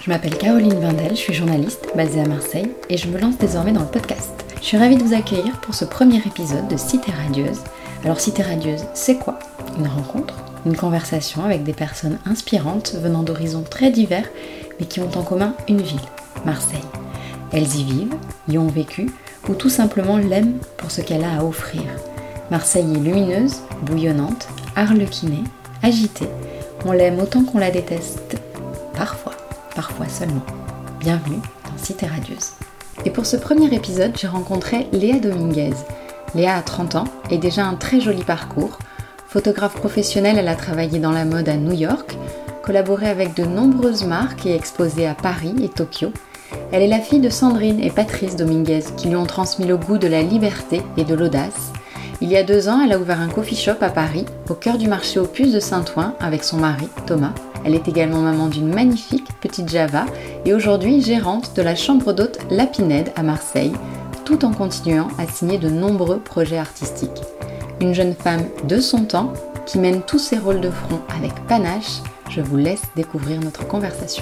Je m'appelle Caroline Vindel, je suis journaliste basée à Marseille et je me lance désormais dans le podcast. Je suis ravie de vous accueillir pour ce premier épisode de Cité Radieuse. Alors Cité Radieuse, c'est quoi ? Une rencontre, une conversation avec des personnes inspirantes venant d'horizons très divers mais qui ont en commun une ville, Marseille. Elles y vivent, y ont vécu ou tout simplement l'aiment pour ce qu'elle a à offrir. Marseille est lumineuse, bouillonnante, arlequinée, agitée. On l'aime autant qu'on la déteste. Parfois seulement. Bienvenue dans Cité Radieuse. Et pour ce premier épisode, j'ai rencontré Léa Dominguez. Léa a 30 ans et déjà un très joli parcours. Photographe professionnelle, elle a travaillé dans la mode à New York, collaboré avec de nombreuses marques et exposé à Paris et Tokyo. Elle est la fille de Sandrine et Patrice Dominguez qui lui ont transmis le goût de la liberté et de l'audace. Il y a 2 ans, elle a ouvert un coffee shop à Paris, au cœur du marché aux puces de Saint-Ouen, avec son mari, Thomas. Elle est également maman d'une magnifique petite Java et aujourd'hui gérante de la chambre d'hôte La Pinède à Marseille, tout en continuant à signer de nombreux projets artistiques. Une jeune femme de son temps qui mène tous ses rôles de front avec panache. Je vous laisse découvrir notre conversation.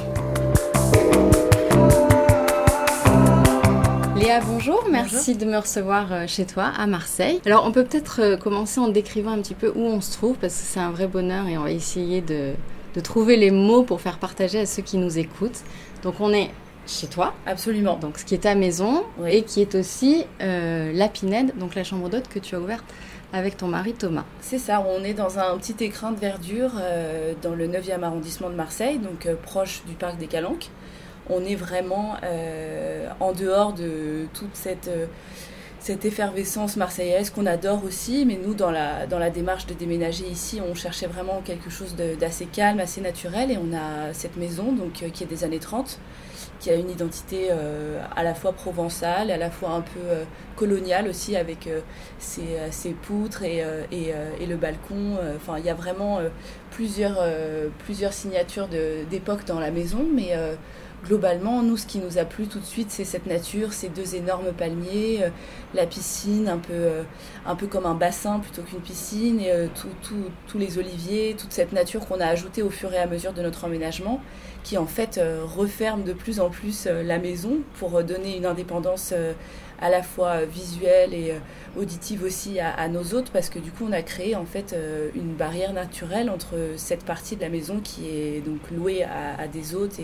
Léa, bonjour, merci de me recevoir chez toi à Marseille. Alors on peut peut-être commencer en décrivant un petit peu où on se trouve parce que c'est un vrai bonheur et on va essayer de trouver les mots pour faire partager à ceux qui nous écoutent. Donc on est chez toi. Absolument. Donc ce qui est ta maison, oui. Et qui est aussi La Pinède, donc la chambre d'hôte que tu as ouverte avec ton mari Thomas. C'est ça, on est dans un petit écrin de verdure dans le 9e arrondissement de Marseille, donc proche du parc des Calanques. On est vraiment en dehors de toute cette effervescence marseillaise qu'on adore aussi, mais nous, dans la démarche de déménager ici, on cherchait vraiment quelque chose d'assez calme, assez naturel, et on a cette maison donc, qui est des années 30, qui a une identité à la fois provençale, à la fois un peu coloniale aussi, avec ses poutres et le balcon. Enfin, il y a vraiment plusieurs signatures d'époque dans la maison, mais globalement, nous, ce qui nous a plu tout de suite, c'est cette nature, ces 2 énormes palmiers, la piscine, un peu comme un bassin plutôt qu'une piscine, et tous les oliviers, toute cette nature qu'on a ajoutée au fur et à mesure de notre emménagement, qui en fait referme de plus en plus la maison pour donner une indépendance à la fois visuelle et auditive aussi à nos hôtes, parce que du coup on a créé en fait une barrière naturelle entre cette partie de la maison qui est donc louée à des hôtes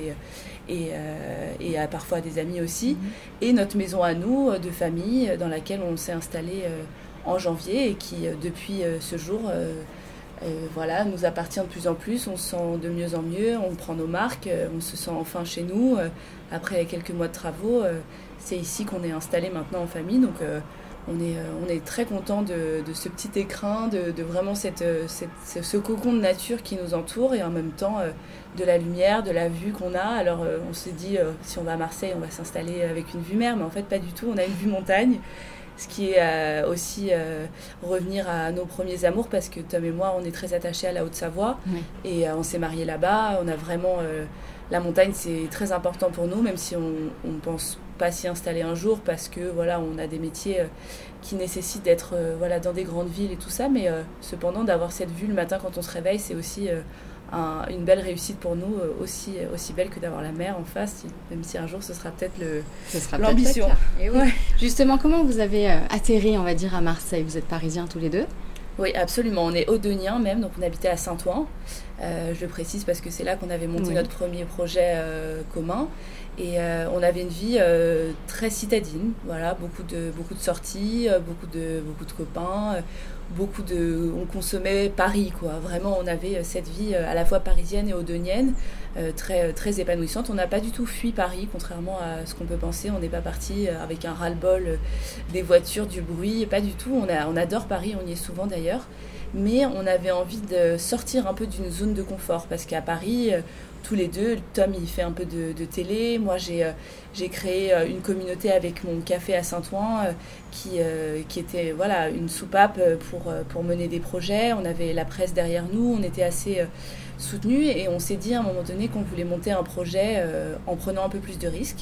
et à parfois à des amis aussi, et notre maison à nous de famille dans laquelle on s'est installé en janvier et qui depuis ce jour voilà, nous appartient de plus en plus. On se sent de mieux en mieux, on prend nos marques, on se sent enfin chez nous après quelques mois de travaux. C'est ici qu'on est installé maintenant en famille, donc on est très content de ce petit écrin, de vraiment ce cocon de nature qui nous entoure, et en même temps de la lumière, de la vue qu'on a. Alors on s'est dit, si on va à Marseille, on va s'installer avec une vue mer, mais en fait pas du tout, on a une vue montagne, ce qui est aussi revenir à nos premiers amours, parce que Tom et moi, on est très attachés à la Haute-Savoie, oui. Et on s'est mariés là-bas. On a vraiment... la montagne, c'est très important pour nous, même si on ne pense pas s'y installer un jour, parce que voilà, on a des métiers qui nécessitent d'être voilà, dans des grandes villes et tout ça, mais cependant, d'avoir cette vue le matin quand on se réveille, c'est aussi une belle réussite pour nous, aussi belle que d'avoir la mer en face, même si un jour ce sera peut-être l'ambition. Et oui. Ouais. Justement, comment vous avez atterri, on va dire, à Marseille ? Vous êtes parisiens tous les deux ? Oui, absolument. On est Audeniens même, donc on habitait à Saint-Ouen. Je le précise parce que c'est là qu'on avait monté notre premier projet commun. Et on avait une vie très citadine, voilà, beaucoup de sorties, beaucoup de copains, on consommait Paris, quoi. Vraiment, on avait cette vie à la fois parisienne et audenienne, très, très épanouissante. On n'a pas du tout fui Paris, contrairement à ce qu'on peut penser. On n'est pas parti avec un ras-le-bol des voitures, du bruit, pas du tout. On adore Paris, on y est souvent d'ailleurs. Mais on avait envie de sortir un peu d'une zone de confort, parce qu'à Paris, tous les deux, Tom il fait un peu de télé, moi j'ai créé une communauté avec mon café à Saint-Ouen qui était voilà, une soupape pour mener des projets. On avait la presse derrière nous, on était assez soutenus, et on s'est dit à un moment donné qu'on voulait monter un projet en prenant un peu plus de risques.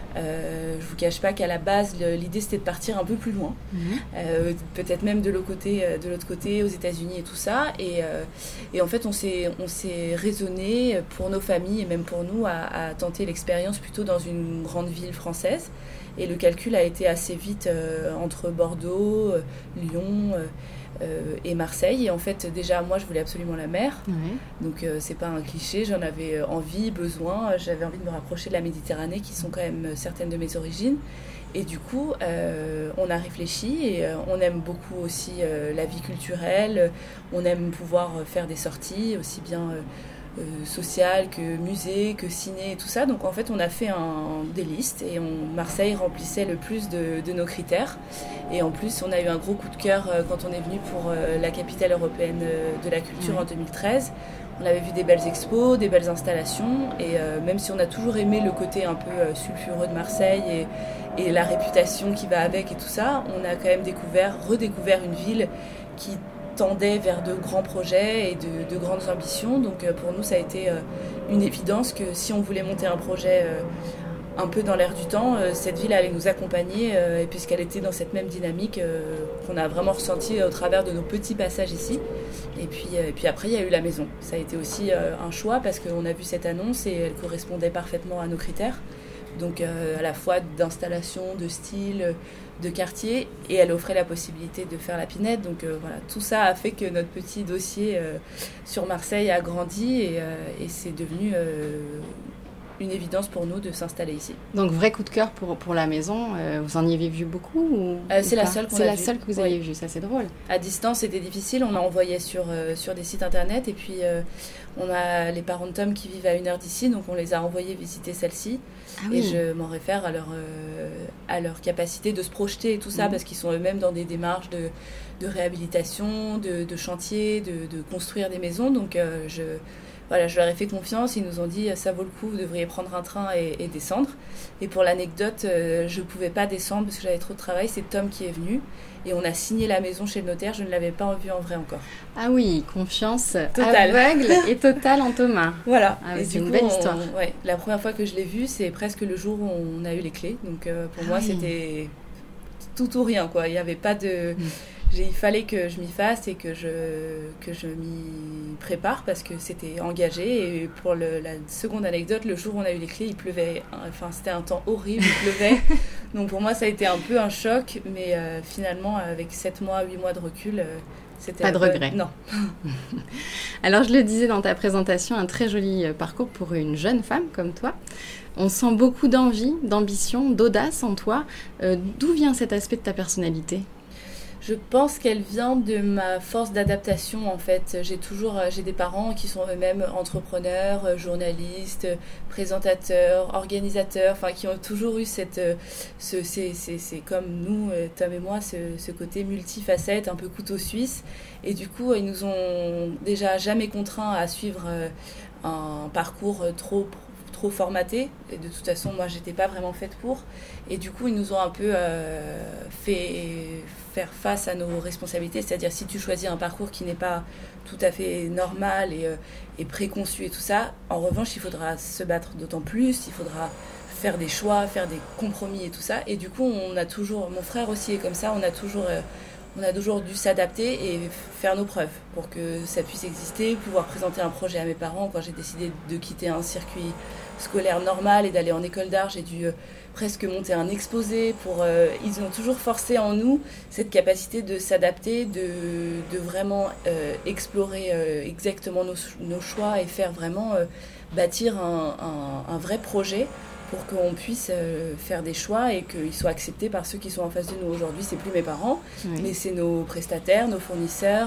Je vous cache pas qu'à la base, l'idée c'était de partir un peu plus loin, peut-être même de l'autre côté, aux États-Unis et tout ça. Et en fait, on s'est raisonné pour nos familles et même pour nous à tenter l'expérience plutôt dans une grande ville française. Et le calcul a été assez vite entre Bordeaux, Lyon et Marseille. Et en fait, déjà, moi, je voulais absolument la mer. Donc, c'est pas un cliché. J'en avais envie, besoin. J'avais envie de me rapprocher de la Méditerranée, qui sont quand même certaines de mes origines. Et du coup, on a réfléchi et on aime beaucoup aussi la vie culturelle. On aime pouvoir faire des sorties, aussi bien sociales que musées, que ciné et tout ça. Donc en fait, on a fait des listes et Marseille remplissait le plus de nos critères. Et en plus, on a eu un gros coup de cœur quand on est venu pour la capitale européenne de la culture en 2013. On avait vu des belles expos, des belles installations, et même si on a toujours aimé le côté un peu sulfureux de Marseille et la réputation qui va avec et tout ça, on a quand même redécouvert une ville qui tendait vers de grands projets et de grandes ambitions. Donc pour nous, ça a été une évidence que si on voulait monter un projet un peu dans l'air du temps, cette ville allait nous accompagner, et puisqu'elle était dans cette même dynamique qu'on a vraiment ressenti au travers de nos petits passages ici. Et puis après, il y a eu la maison. Ça a été aussi un choix parce qu'on a vu cette annonce et elle correspondait parfaitement à nos critères. Donc à la fois d'installation, de style, de quartier, et elle offrait la possibilité de faire la Pinède. Donc voilà, tout ça a fait que notre petit dossier sur Marseille a grandi et c'est devenu une évidence pour nous de s'installer ici. Donc vrai coup de cœur pour la maison, vous en y avez vu beaucoup c'est la seule qu'on a vue. C'est la seule que vous avez vue, ça c'est drôle. À distance c'était difficile, on a envoyé sur des sites internet et puis on a les parents de Tom qui vivent à 1 heure d'ici, donc on les a envoyés visiter celle-ci. Et je m'en réfère à leur capacité de se projeter et tout ça, parce qu'ils sont eux-mêmes dans des démarches de réhabilitation, de chantier, de construire des maisons, donc je leur ai fait confiance, ils nous ont dit ça vaut le coup, vous devriez prendre un train et descendre. Et pour l'anecdote, je ne pouvais pas descendre parce que j'avais trop de travail, c'est Tom qui est venu et on a signé la maison chez le notaire, je ne l'avais pas vue en vrai encore. Ah oui, confiance totale. Aveugle et totale en Thomas. Voilà, et c'est une belle histoire. La première fois que je l'ai vue, c'est presque le jour où on a eu les clés, donc pour moi c'était tout ou rien, quoi. Il n'y avait pas de... Il fallait que je m'y fasse et que je m'y prépare parce que c'était engagé. Et pour la seconde anecdote, le jour où on a eu les clés, il pleuvait. Enfin, c'était un temps horrible, il pleuvait. Donc pour moi, ça a été un peu un choc. Mais finalement, avec 7 mois, 8 mois de recul, c'était... Pas de regret. Non. Alors, je le disais dans ta présentation, un très joli parcours pour une jeune femme comme toi. On sent beaucoup d'envie, d'ambition, d'audace en toi. D'où vient cet aspect de ta personnalité ? Je pense qu'elle vient de ma force d'adaptation en fait. J'ai des parents qui sont eux-mêmes entrepreneurs, journalistes, présentateurs, organisateurs, enfin qui ont toujours eu c'est comme nous, Tom et moi, ce côté multifacette, un peu couteau suisse. Et du coup, ils nous ont déjà jamais contraints à suivre un parcours trop formaté, et de toute façon moi j'étais pas vraiment faite pour, et du coup ils nous ont un peu fait faire face à nos responsabilités, c'est-à-dire si tu choisis un parcours qui n'est pas tout à fait normal et préconçu et tout ça, en revanche il faudra se battre d'autant plus, il faudra faire des choix, faire des compromis et tout ça, et du coup on a toujours, mon frère aussi est comme ça, on a toujours dû s'adapter et faire nos preuves pour que ça puisse exister, pouvoir présenter un projet à mes parents. Quand j'ai décidé de quitter un circuit scolaire normal et d'aller en école d'art, j'ai dû presque monter un exposé. Ils ont toujours forcé en nous cette capacité de s'adapter, de vraiment explorer exactement nos choix et faire vraiment bâtir un vrai projet pour qu'on puisse faire des choix et qu'ils soient acceptés par ceux qui sont en face de nous. Aujourd'hui, c'est plus mes parents, mais c'est nos prestataires, nos fournisseurs,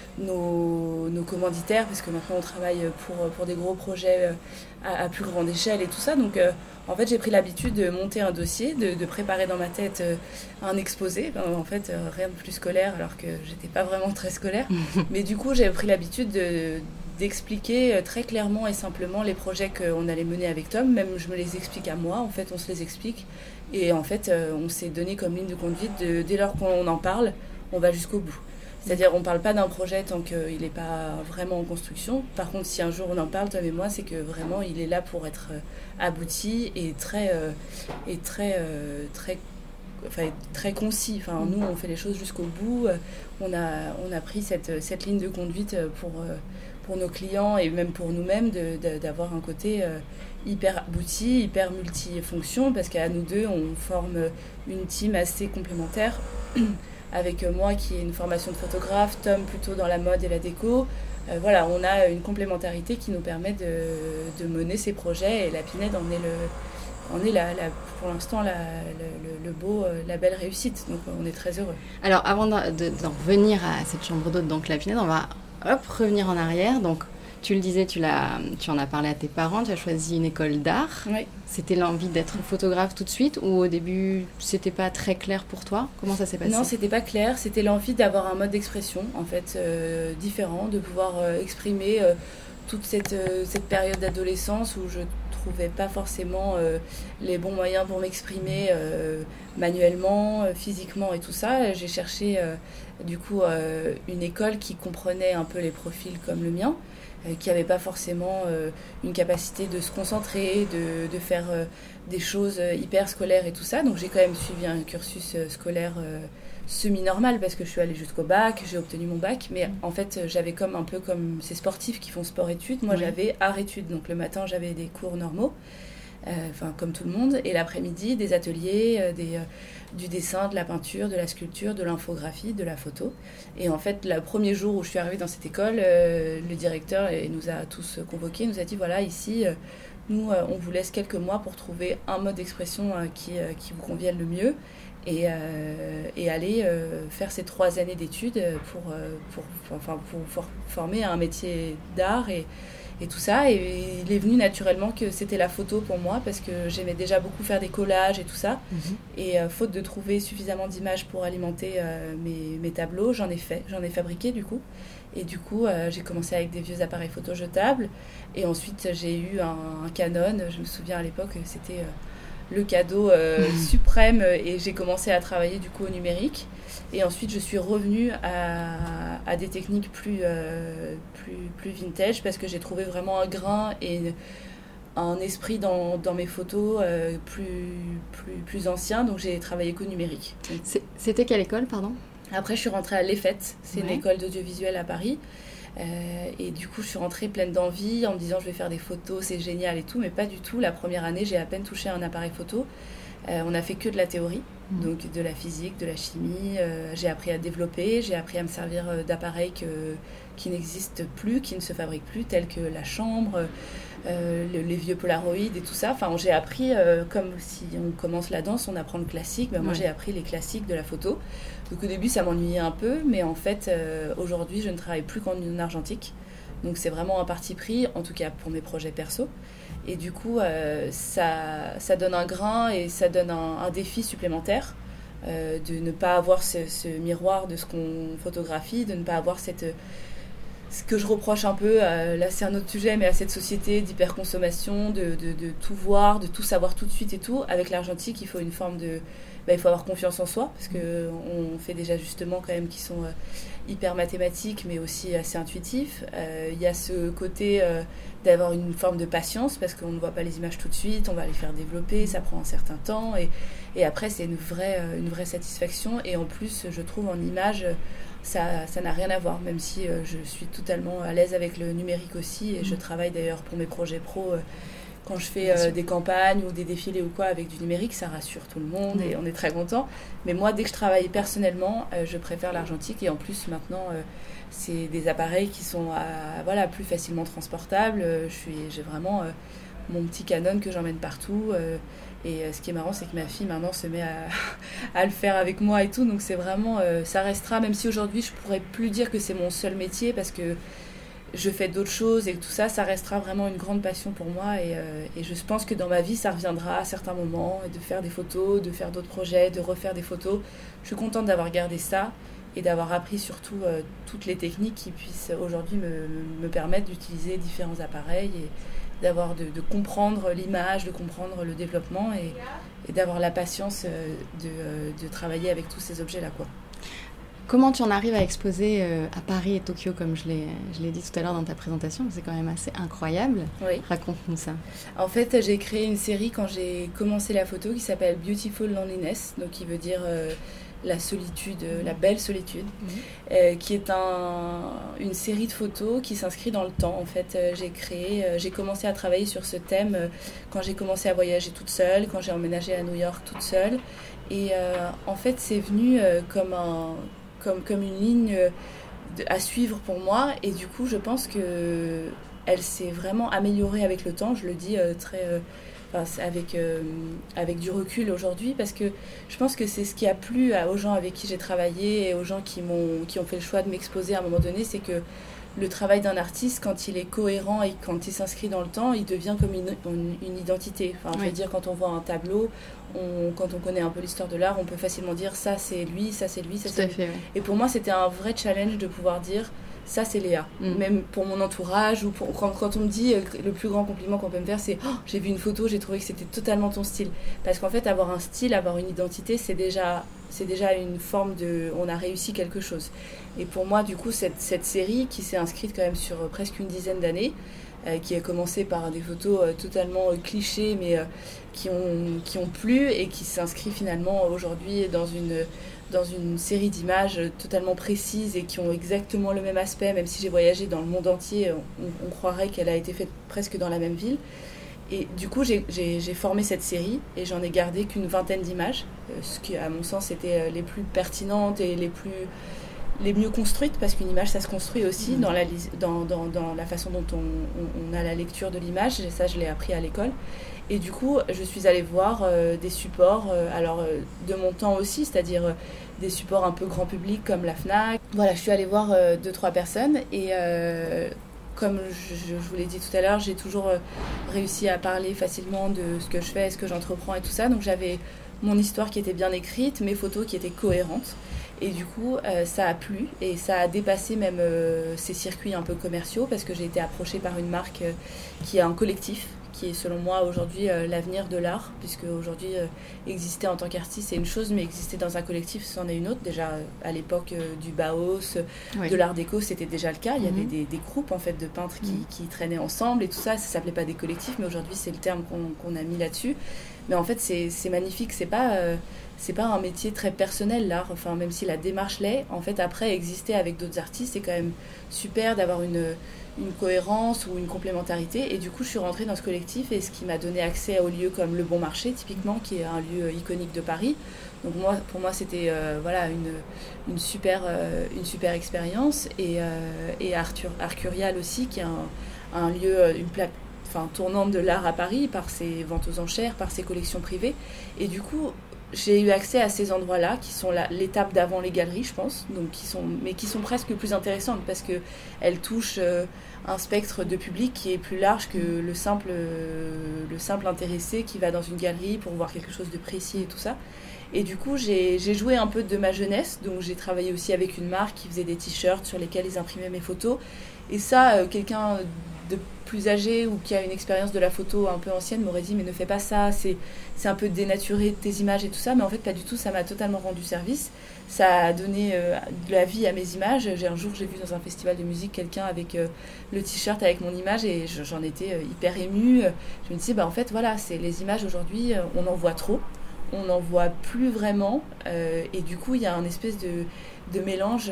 nos commanditaires, parce que maintenant on travaille pour des gros projets à plus grande échelle et tout ça. Donc en fait, j'ai pris l'habitude de monter un dossier, de préparer dans ma tête un exposé. En fait, rien de plus scolaire, alors que j'étais pas vraiment très scolaire. Mais du coup, j'ai pris l'habitude d'expliquer très clairement et simplement les projets qu'on allait mener avec Tom. Même je me les explique à moi, en fait on se les explique, et en fait on s'est donné comme ligne de conduite dès lors qu'on en parle, on va jusqu'au bout. C'est-à-dire, on ne parle pas d'un projet tant qu'il n'est pas vraiment en construction. Par contre, si un jour on en parle, toi et moi, c'est que vraiment, il est là pour être abouti et très concis. Enfin, nous, on fait les choses jusqu'au bout. On a pris cette ligne de conduite pour nos clients et même pour nous-mêmes d'avoir un côté hyper abouti, hyper multifonction, parce qu'à nous deux, on forme une team assez complémentaire. Avec moi qui ai une formation de photographe, Tom plutôt dans la mode et la déco. Voilà, on a une complémentarité qui nous permet de mener ces projets et la Pinède en est pour l'instant la belle réussite. Donc on est très heureux. Alors avant d'en revenir à cette chambre d'hôte, donc la Pinède, on va revenir en arrière. Donc tu le disais, tu en as parlé à tes parents, tu as choisi une école d'art. Oui. C'était l'envie d'être photographe tout de suite ou au début, c'était pas très clair pour toi? Comment ça s'est passé? Non, c'était pas clair. C'était l'envie d'avoir un mode d'expression, en fait, différent, de pouvoir exprimer toute cette période d'adolescence où je trouvais pas forcément les bons moyens pour m'exprimer manuellement, physiquement et tout ça. J'ai cherché du coup une école qui comprenait un peu les profils comme le mien, qui n'avait pas forcément une capacité de se concentrer, de faire des choses hyper scolaires et tout ça. Donc j'ai quand même suivi un cursus scolaire semi-normal parce que je suis allée jusqu'au bac, j'ai obtenu mon bac, mais en fait j'avais un peu comme ces sportifs qui font sport-études, moi j'avais art-études, donc le matin j'avais des cours normaux, comme tout le monde, et l'après-midi des ateliers, du dessin, de la peinture, de la sculpture, de l'infographie, de la photo. Et en fait, le premier jour où je suis arrivée dans cette école, le directeur nous a tous convoqués, nous a dit voilà, ici, nous, on vous laisse quelques mois pour trouver un mode d'expression qui vous convienne le mieux et aller faire ces 3 années d'études pour former à un métier d'art et tout ça. Et il est venu naturellement que c'était la photo pour moi parce que j'aimais déjà beaucoup faire des collages et tout ça. Et faute de trouver suffisamment d'images pour alimenter mes tableaux, j'en ai fabriqué du coup. Et du coup, j'ai commencé avec des vieux appareils photo jetables. Et ensuite, j'ai eu un Canon. Je me souviens à l'époque, c'était le cadeau suprême. Et j'ai commencé à travailler du coup au numérique. Et ensuite, je suis revenue à des techniques plus vintage parce que j'ai trouvé vraiment un grain et un esprit dans mes photos plus anciens. Donc, j'ai travaillé qu'au numérique. C'était quelle école, pardon ? Après, je suis rentrée à l'EFET. C'est une école d'audiovisuel à Paris. Et du coup, je suis rentrée pleine d'envie en me disant je vais faire des photos, c'est génial et tout. Mais pas du tout. La première année, j'ai à peine touché un appareil photo. On a fait que de la théorie, donc de la physique, de la chimie. J'ai appris à développer, j'ai appris à me servir d'appareils qui n'existent plus, qui ne se fabriquent plus, tels que la chambre, les vieux Polaroid et tout ça. Enfin, j'ai appris, comme si on commence la danse, on apprend le classique. Moi, j'ai appris les classiques de la photo. Donc au début, ça m'ennuyait un peu, mais en fait, aujourd'hui, je ne travaille plus qu'en argentique. Donc c'est vraiment un parti pris, en tout cas pour mes projets perso. Et du coup, ça donne un grain et ça donne un défi supplémentaire de ne pas avoir ce miroir de ce qu'on photographie, de ne pas avoir ce que je reproche un peu, là c'est un autre sujet, mais à cette société d'hyperconsommation, de tout voir, de tout savoir tout de suite et tout. Avec l'argentique, il faut une forme de... il faut avoir confiance en soi, parce qu'on fait des ajustements quand même qui sont hyper mathématiques, mais aussi assez intuitifs. Il y a ce côté d'avoir une forme de patience, parce qu'on ne voit pas les images tout de suite, on va les faire développer, ça prend un certain temps, et après c'est une vraie satisfaction. Et en plus, je trouve en image, ça n'a rien à voir, même si je suis totalement à l'aise avec le numérique aussi, et je travaille d'ailleurs pour mes projets pro. Quand je fais des campagnes ou des défilés ou quoi avec du numérique, ça rassure tout le monde et on est très content. Mais moi, dès que je travaille personnellement, je préfère l'argentique. Et en plus, maintenant, c'est des appareils qui sont plus facilement transportables. J'ai vraiment mon petit Canon que j'emmène partout. Et ce qui est marrant, c'est que ma fille, maintenant, se met à le faire avec moi et tout. Donc, c'est vraiment... ça restera, même si aujourd'hui, je pourrais plus dire que c'est mon seul métier parce que je fais d'autres choses et tout ça, ça restera vraiment une grande passion pour moi et je pense que dans ma vie, ça reviendra à certains moments, de faire des photos, de faire d'autres projets, de refaire des photos. Je suis contente d'avoir gardé ça et d'avoir appris surtout toutes les techniques qui puissent aujourd'hui me permettre d'utiliser différents appareils et de comprendre l'image, de comprendre le développement et d'avoir la patience de travailler avec tous ces objets-là, quoi. Comment tu en arrives à exposer à Paris et Tokyo, comme je l'ai dit tout à l'heure dans ta présentation? C'est quand même assez incroyable. Oui. Raconte-nous ça. En fait, j'ai créé une série quand j'ai commencé la photo qui s'appelle Beautiful Loneliness, donc qui veut dire la solitude, la belle solitude, qui est une série de photos qui s'inscrit dans le temps. En fait, j'ai commencé à travailler sur ce thème quand j'ai commencé à voyager toute seule, quand j'ai emménagé à New York toute seule. Et en fait, c'est venu comme une ligne à suivre pour moi. Et du coup, je pense qu'elle s'est vraiment améliorée avec le temps. Je le dis avec du recul aujourd'hui, parce que je pense que c'est ce qui a plu aux gens avec qui j'ai travaillé et aux gens qui ont fait le choix de m'exposer à un moment donné, c'est que le travail d'un artiste, quand il est cohérent et quand il s'inscrit dans le temps, il devient comme une identité. Enfin, je veux dire, quand on voit un tableau, quand on connaît un peu l'histoire de l'art, on peut facilement dire ça c'est lui, ça c'est lui, ça c'est lui. Fait, ouais. Et pour moi, c'était un vrai challenge de pouvoir dire ça c'est Léa. Même pour mon entourage, ou quand on me dit le plus grand compliment qu'on peut me faire, c'est j'ai vu une photo, j'ai trouvé que c'était totalement ton style. Parce qu'en fait, avoir un style, avoir une identité, c'est déjà une forme on a réussi quelque chose. Et pour moi, du coup, cette série qui s'est inscrite quand même sur presque une dizaine d'années, qui a commencé par des photos totalement clichés, mais qui ont plu, et qui s'inscrit finalement aujourd'hui dans une série d'images totalement précises et qui ont exactement le même aspect. Même si j'ai voyagé dans le monde entier, on croirait qu'elle a été faite presque dans la même ville. Et du coup, j'ai formé cette série et j'en ai gardé qu'une vingtaine d'images, ce qui, à mon sens, étaient les plus pertinentes et les mieux construites, parce qu'une image, ça se construit aussi dans la façon dont on a la lecture de l'image. Et ça, je l'ai appris à l'école. Et du coup, je suis allée voir des supports, de mon temps aussi, c'est-à-dire des supports un peu grand public comme la Fnac. Voilà, je suis allée voir 2-3 personnes et... comme je vous l'ai dit tout à l'heure, j'ai toujours réussi à parler facilement de ce que je fais, ce que j'entreprends et tout ça. Donc j'avais mon histoire qui était bien écrite, mes photos qui étaient cohérentes. Et du coup, ça a plu et ça a dépassé même ces circuits un peu commerciaux, parce que j'ai été approchée par une marque qui est un collectif, qui est selon moi aujourd'hui l'avenir de l'art, puisque aujourd'hui exister en tant qu'artiste c'est une chose, mais exister dans un collectif c'en est une autre. Déjà à l'époque du Bauhaus, de l'art déco, c'était déjà le cas. Il y avait des groupes en fait de peintres qui traînaient ensemble et tout ça. Ça s'appelait pas des collectifs, mais aujourd'hui c'est le terme qu'on a mis là-dessus. Mais en fait c'est magnifique, c'est pas un métier très personnel l'art, enfin même si la démarche l'est. En fait après, exister avec d'autres artistes c'est quand même super, d'avoir une cohérence ou une complémentarité. Et du coup je suis rentrée dans ce collectif, et ce qui m'a donné accès aux lieux comme le Bon Marché typiquement, qui est un lieu iconique de Paris. Donc pour moi c'était une super expérience. Et Arcurial aussi, qui est un lieu, une plaque tournante de l'art à Paris, par ses ventes aux enchères, par ses collections privées. Et du coup j'ai eu accès à ces endroits-là, qui sont l'étape d'avant les galeries, je pense, donc qui sont presque plus intéressantes, parce qu'elles touchent un spectre de public qui est plus large que le simple intéressé qui va dans une galerie pour voir quelque chose de précis et tout ça. Et du coup, j'ai joué un peu de ma jeunesse, donc j'ai travaillé aussi avec une marque qui faisait des t-shirts sur lesquels ils imprimaient mes photos. Et ça, quelqu'un de plus âgé ou qui a une expérience de la photo un peu ancienne m'aurait dit mais ne fais pas ça, c'est un peu dénaturé tes images et tout ça. Mais en fait pas du tout, ça m'a totalement rendu service, ça a donné de la vie à mes images. Un jour j'ai vu dans un festival de musique quelqu'un avec le t-shirt avec mon image, et j'en étais hyper émue. Je me disais en fait voilà, c'est les images aujourd'hui, on en voit trop, on n'en voit plus vraiment, et du coup il y a un espèce de mélange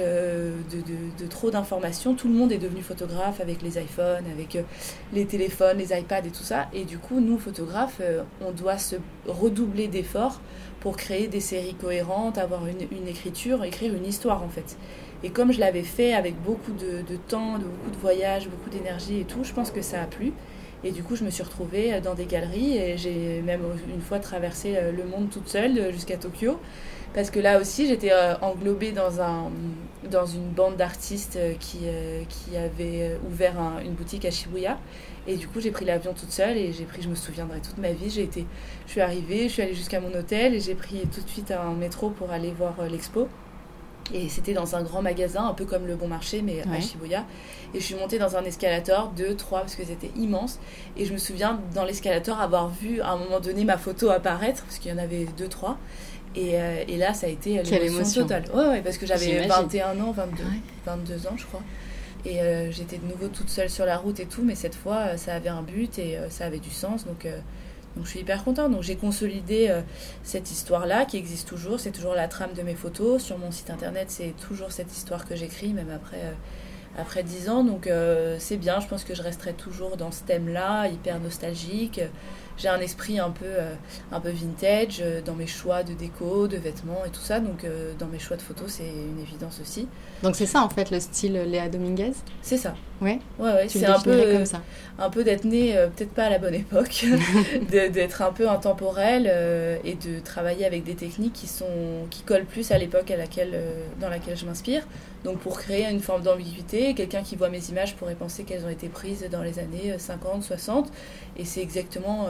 de trop d'informations. Tout le monde est devenu photographe avec les iPhones, avec les téléphones, les iPads et tout ça. Et du coup, nous, photographes, on doit se redoubler d'efforts pour créer des séries cohérentes, avoir une écriture, écrire une histoire en fait. Et comme je l'avais fait avec beaucoup de temps, beaucoup de voyages, beaucoup d'énergie et tout, je pense que ça a plu. Et du coup, je me suis retrouvée dans des galeries, et j'ai même une fois traversé le monde toute seule jusqu'à Tokyo. Parce que là aussi, j'étais englobée dans une bande d'artistes qui avait ouvert une boutique à Shibuya. Et du coup, j'ai pris l'avion toute seule, et je me souviendrai toute ma vie. Je suis arrivée, je suis allée jusqu'à mon hôtel, et j'ai pris tout de suite un métro pour aller voir l'expo. Et c'était dans un grand magasin, un peu comme le Bon Marché, mais à Shibuya. Et je suis montée dans un escalator, 2, 3, parce que c'était immense. Et je me souviens, dans l'escalator, avoir vu à un moment donné ma photo apparaître, parce qu'il y en avait 2, 3. Et là, ça a été Quelle l'émotion émotion. totale. Ouais, parce que j'avais J'imagine. 21 ans, 22, Ouais. 22 ans, je crois. Et j'étais de nouveau toute seule sur la route et tout, mais cette fois, ça avait un but et ça avait du sens. Donc je suis hyper contente. Donc j'ai consolidé cette histoire-là qui existe toujours. C'est toujours la trame de mes photos. Sur mon site internet, c'est toujours cette histoire que j'écris, même après 10 ans. Donc c'est bien, je pense que je resterai toujours dans ce thème-là, hyper nostalgique. J'ai un esprit un peu vintage dans mes choix de déco, de vêtements et tout ça. Donc dans mes choix de photos, c'est une évidence aussi. Donc c'est ça en fait le style Léa Dominguez. C'est ça. Ouais. Ouais, Tu c'est le définirais comme ça. un peu d'être né peut-être pas à la bonne époque, d'être un peu intemporel et de travailler avec des techniques qui collent plus à l'époque dans laquelle je m'inspire. Donc pour créer une forme d'ambiguïté, quelqu'un qui voit mes images pourrait penser qu'elles ont été prises dans les années 50, 60, et c'est exactement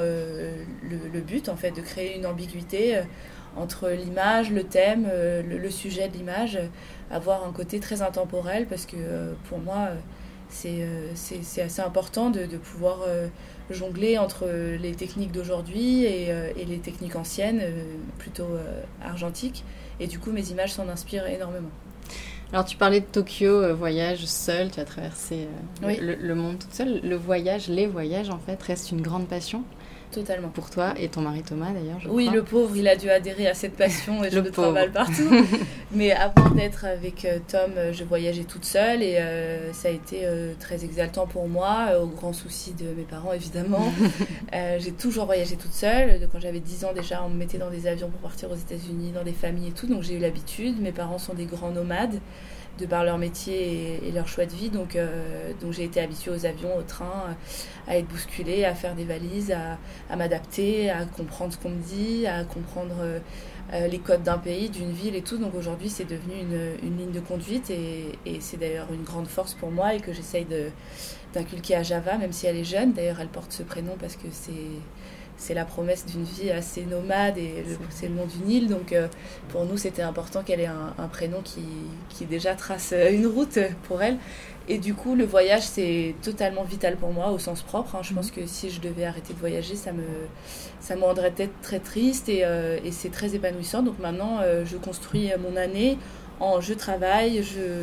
le but en fait, de créer une ambiguïté entre l'image, le thème, le sujet de l'image, avoir un côté très intemporel parce que pour moi c'est assez important de pouvoir jongler entre les techniques d'aujourd'hui et les techniques anciennes, plutôt argentiques. Et du coup, mes images s'en inspirent énormément. Alors tu parlais de Tokyo, voyage seul, tu as traversé Oui. le monde toute seule. Les voyages en fait restent une grande passion Totalement. pour toi et ton mari Thomas d'ailleurs, je Oui, crois. le pauvre, il a dû adhérer à cette passion et je Le le pauvre. trimballe partout. Mais avant d'être avec Tom, je voyageais toute seule et ça a été très exaltant pour moi, au grand souci de mes parents évidemment. J'ai toujours voyagé toute seule. Quand j'avais 10 ans déjà, on me mettait dans des avions pour partir aux États-Unis, dans des familles et tout, donc j'ai eu l'habitude. Mes parents sont des grands nomades de par leur métier et leur choix de vie, donc j'ai été habituée aux avions, au train, à être bousculée, à faire des valises, à m'adapter, à comprendre ce qu'on me dit, à comprendre les codes d'un pays, d'une ville et tout. Donc aujourd'hui c'est devenu une ligne de conduite et c'est d'ailleurs une grande force pour moi et que j'essaye d'inculquer à Java, même si elle est jeune. D'ailleurs elle porte ce prénom parce que c'est la promesse d'une vie assez nomade et c'est le nom d'une île. Donc pour nous, c'était important qu'elle ait un prénom qui déjà trace une route pour elle. Et du coup, le voyage, c'est totalement vital pour moi au sens propre. Je pense que si je devais arrêter de voyager, ça me rendrait peut-être très triste et c'est très épanouissant. Donc maintenant, je construis mon année je travaille,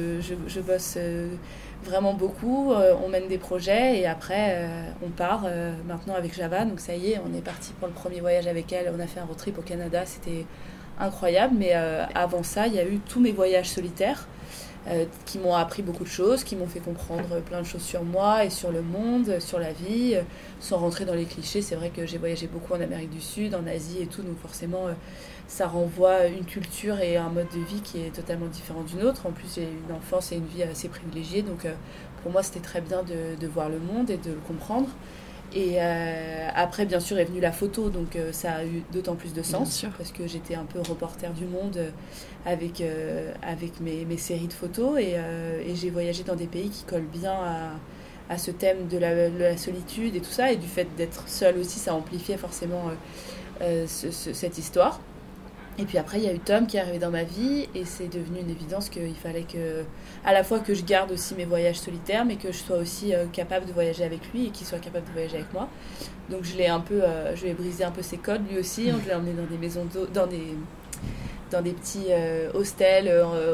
je bosse vraiment beaucoup, on mène des projets et après on part maintenant avec Java. Donc ça y est, on est parti pour le premier voyage avec elle. On a fait un road trip au Canada, c'était incroyable. Mais avant ça, il y a eu tous mes voyages solitaires qui m'ont appris beaucoup de choses, qui m'ont fait comprendre plein de choses sur moi et sur le monde, sur la vie. Sans rentrer dans les clichés, c'est vrai que j'ai voyagé beaucoup en Amérique du Sud, en Asie et tout, donc forcément ça renvoie une culture et un mode de vie qui est totalement différent d'une autre. En plus, j'ai eu une enfance et une vie assez privilégiée, donc pour moi c'était très bien de voir le monde et de le comprendre. Et après, bien sûr, est venue la photo, donc ça a eu d'autant plus de sens, parce que j'étais un peu reporter du monde avec mes séries de photos, et j'ai voyagé dans des pays qui collent bien à ce thème de la solitude et tout ça, et du fait d'être seule aussi, ça amplifiait forcément cette histoire. Et puis après, il y a eu Tom qui est arrivé dans ma vie et c'est devenu une évidence qu'il fallait à la fois que je garde aussi mes voyages solitaires, mais que je sois aussi capable de voyager avec lui et qu'il soit capable de voyager avec moi. Donc je lui ai brisé un peu ses codes lui aussi. Je l'ai emmené dans des maisons dans des petits hostels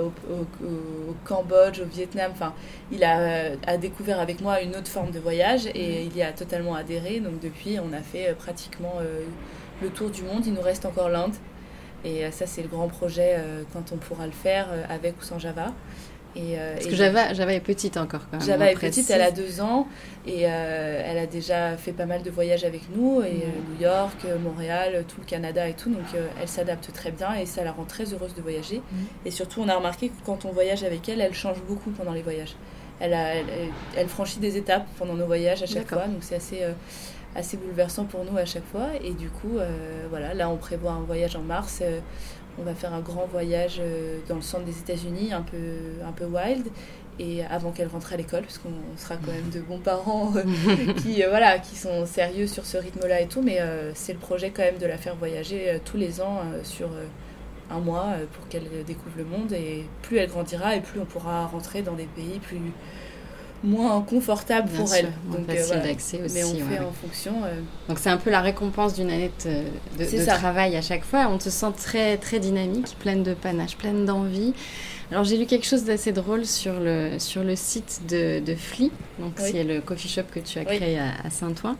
au Cambodge, au Vietnam. Enfin, il a découvert avec moi une autre forme de voyage et il y a totalement adhéré. Donc depuis, on a fait pratiquement le tour du monde. Il nous reste encore l'Inde. Et ça, c'est le grand projet quand on pourra le faire, avec ou sans Java. Parce que Java est petite encore quand même. Java est petite, elle a 2 ans et elle a déjà fait pas mal de voyages avec nous, et New York, Montréal, tout le Canada et tout. Donc elle s'adapte très bien et ça la rend très heureuse de voyager. Et surtout, on a remarqué que quand on voyage avec elle, elle change beaucoup pendant les voyages. Elle franchit des étapes pendant nos voyages à chaque fois, donc c'est assez bouleversant pour nous à chaque fois. Et du coup, voilà, là on prévoit un voyage en mars. On va faire un grand voyage dans le centre des États-Unis, un peu wild, et avant qu'elle rentre à l'école, parce qu'on sera quand même de bons parents qui sont sérieux sur ce rythme-là et tout. Mais c'est le projet quand même de la faire voyager tous les ans sur un mois pour qu'elle découvre le monde. Et plus elle grandira et plus on pourra rentrer dans des pays moins confortable Bien pour sûr, elles. moins Donc facile d'accès aussi. Mais on fait en fonction. Donc c'est un peu la récompense d'une année de travail à chaque fois. On te sent très, très dynamique, pleine de panache, pleine d'envie. Alors j'ai lu quelque chose d'assez drôle sur le site de Fli, donc c'est le coffee shop que tu as créé à Saint-Ouen.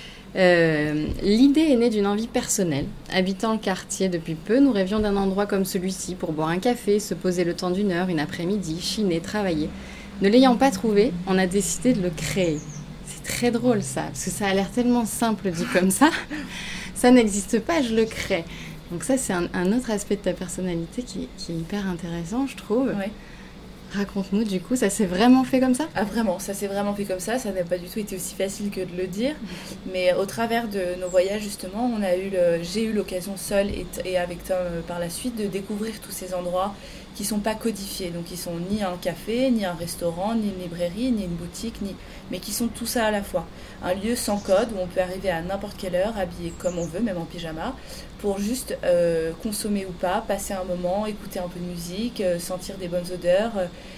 L'idée est née d'une envie personnelle. Habitant le quartier depuis peu, nous rêvions d'un endroit comme celui-ci pour boire un café, se poser le temps d'une heure, une après-midi, chiner, travailler. Ne l'ayant pas trouvé, on a décidé de le créer. C'est très drôle ça, parce que ça a l'air tellement simple dit comme ça. Ça n'existe pas, je le crée. Donc ça, c'est un autre aspect de ta personnalité qui est hyper intéressant, je trouve. Ouais. Raconte-nous, du coup, ça s'est vraiment fait comme ça ? Ah vraiment, ça s'est vraiment fait comme ça. Ça n'a pas du tout été aussi facile que de le dire. Mais au travers de nos voyages, justement, j'ai eu l'occasion seule et avec Tom par la suite de découvrir tous ces endroits qui ne sont pas codifiés. Donc, ils sont ni un café, ni un restaurant, ni une librairie, ni une boutique, mais qui sont tout ça à la fois. Un lieu sans code où on peut arriver à n'importe quelle heure, habillé comme on veut, même en pyjama, pour juste consommer ou pas, passer un moment, écouter un peu de musique, sentir des bonnes odeurs,